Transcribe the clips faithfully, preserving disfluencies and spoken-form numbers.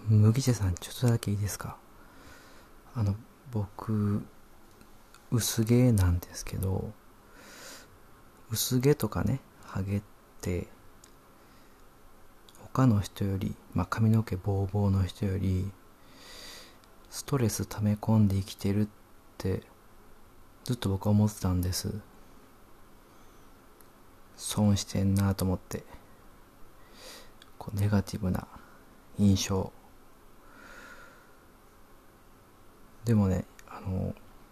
麦茶さん、ちょっとだけいいですか？あの、僕、薄毛なんですけど、薄毛とかね、ハゲって、他の人より、まあ、髪の毛ボーボーの人より、ストレス溜め込んで生きてるって、ずっと僕は思ってたんです。損してんなと思って、こうネガティブな印象。でもね、あの、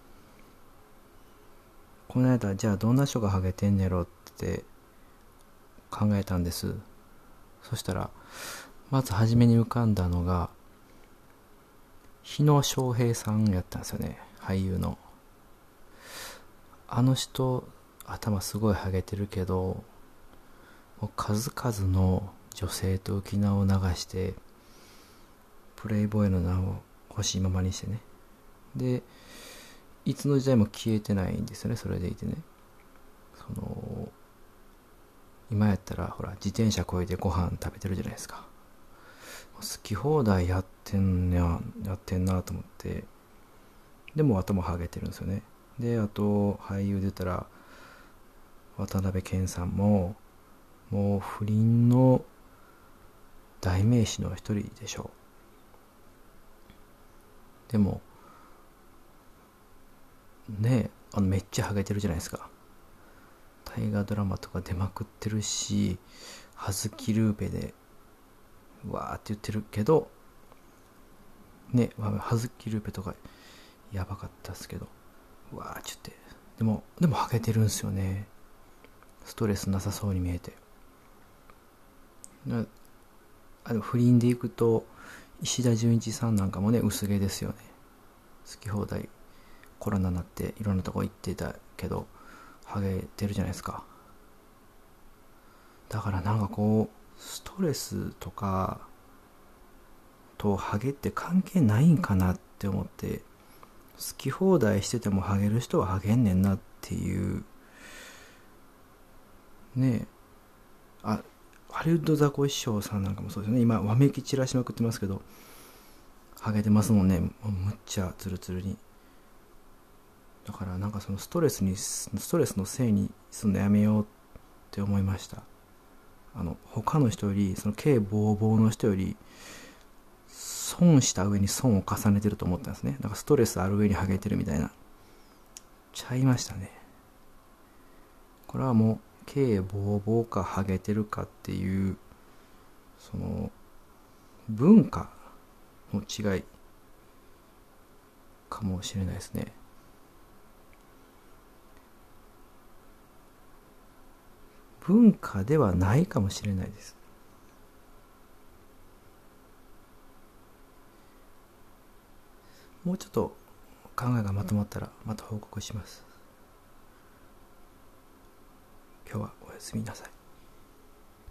この間、じゃあどんな人がハゲてんねやろって考えたんです。そしたら、まず初めに浮かんだのが、日野翔平さんやったんですよね、俳優の。あの人、頭すごいハゲてるけど、もう数々の女性と浮き名を流して、プレイボーイの名を欲しいままにしてね。で、いつの時代も消えてないんですよね、それでいてね。その、今やったら、ほら、自転車こいでご飯食べてるじゃないですか。好き放題やってんや、やってんなと思って。でも頭ハゲてるんですよね。で、あと、俳優で言ったら、渡辺謙さんも、もう不倫の代名詞の一人でしょう。でも、ねえ、あのめっちゃハゲてるじゃないですか。大河ドラマとか出まくってるし、葉月ルーペで、わーって言ってるけど、ね、葉月ルーペとかやばかったっすけど、わーって言って。でも、でもハゲてるんすよね。ストレスなさそうに見えて。あの不倫でいくと、石田純一さんなんかもね、薄毛ですよね。好き放題コロナになっていろんなとこ行ってたけど、ハゲてるじゃないですか。だからなんかこう、ストレスとかとハゲって関係ないんかなって思って、好き放題しててもハゲる人はハゲんねんなっていうね。えあハリウッドザコシショウさんなんかもそうですよね。今わめき散らしまくってますけど、ハゲてますもんね。もうむっちゃツルツルに。だからなんかそのストレスにストレスのせいにすんのやめようって思いました。あの他の人より、その毛ボーボーの人より損した上に損を重ねてると思ったんですね。だからストレスある上にハゲてるみたいな、ちゃいましたね。これはもう毛ボーボーかハゲてるかっていう、その文化の違いかもしれないですね。文化ではないかもしれないです。もうちょっと考えがまとまったらまた報告します。今日はおやすみなさい。